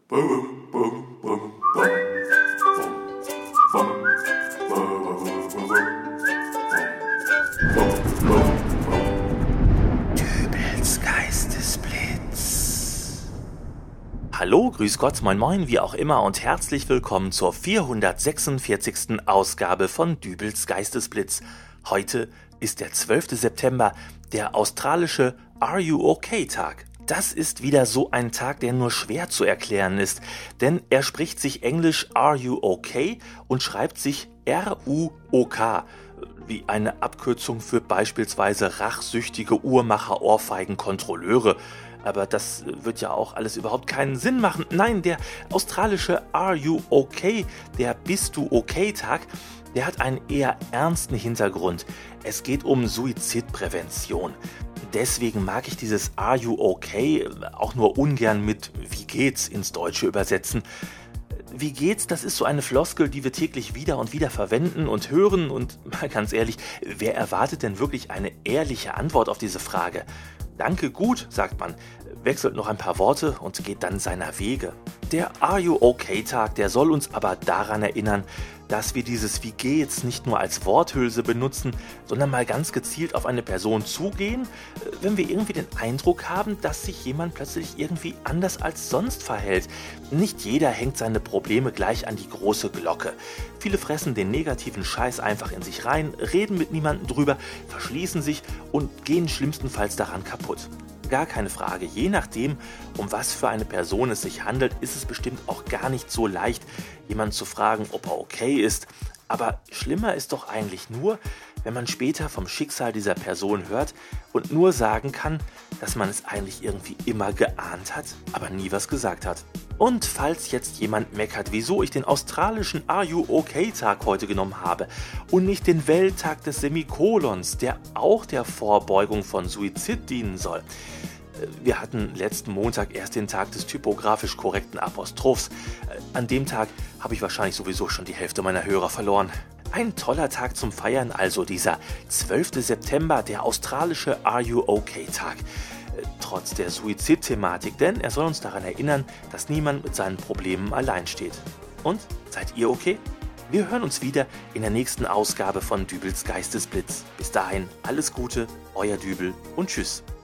Dübels Geistesblitz. Hallo, grüß Gott, moin moin, wie auch immer und herzlich willkommen zur 446. Ausgabe von Dübels Geistesblitz. Heute ist der 12. September, der australische Are You Okay Tag. Das ist wieder so ein Tag, der nur schwer zu erklären ist, denn er spricht sich Englisch Are You Okay und schreibt sich R-U-O-K, wie eine Abkürzung für beispielsweise rachsüchtige Uhrmacher, Ohrfeigen, Kontrolleure. Aber das wird ja auch alles überhaupt keinen Sinn machen. Nein, der australische Are You Okay, der Bist du okay Tag, der hat einen eher ernsten Hintergrund. Es geht um Suizidprävention. Deswegen mag ich dieses Are You Okay auch nur ungern mit Wie geht's ins Deutsche übersetzen. Wie geht's? Das ist so eine Floskel, die wir täglich wieder und wieder verwenden und hören. Und mal ganz ehrlich, wer erwartet denn wirklich eine ehrliche Antwort auf diese Frage? Danke, gut, sagt man, wechselt noch ein paar Worte und geht dann seiner Wege. Der Are You Okay Tag, der soll uns aber daran erinnern, dass wir dieses Wie geht's nicht nur als Worthülse benutzen, sondern mal ganz gezielt auf eine Person zugehen, wenn wir irgendwie den Eindruck haben, dass sich jemand plötzlich irgendwie anders als sonst verhält. Nicht jeder hängt seine Probleme gleich an die große Glocke. Viele fressen den negativen Scheiß einfach in sich rein, reden mit niemandem drüber, verschließen sich und gehen schlimmstenfalls daran kaputt. Gar keine Frage, je nachdem, um was für eine Person es sich handelt, ist es bestimmt auch gar nicht so leicht, jemanden zu fragen, ob er okay ist. Aber schlimmer ist doch eigentlich nur, wenn man später vom Schicksal dieser Person hört und nur sagen kann, dass man es eigentlich irgendwie immer geahnt hat, aber nie was gesagt hat. Und falls jetzt jemand meckert, wieso ich den australischen Are You Okay Tag heute genommen habe und nicht den Welttag des Semikolons, der auch der Vorbeugung von Suizid dienen soll. Wir hatten letzten Montag erst den Tag des typografisch korrekten Apostrophs. An dem Tag habe ich wahrscheinlich sowieso schon die Hälfte meiner Hörer verloren. Ein toller Tag zum Feiern, also dieser 12. September, der australische Are You Okay Tag. Trotz der Suizid-Thematik, denn er soll uns daran erinnern, dass niemand mit seinen Problemen allein steht. Und, seid ihr okay? Wir hören uns wieder in der nächsten Ausgabe von Dübels Geistesblitz. Bis dahin, alles Gute, euer Dübel und tschüss.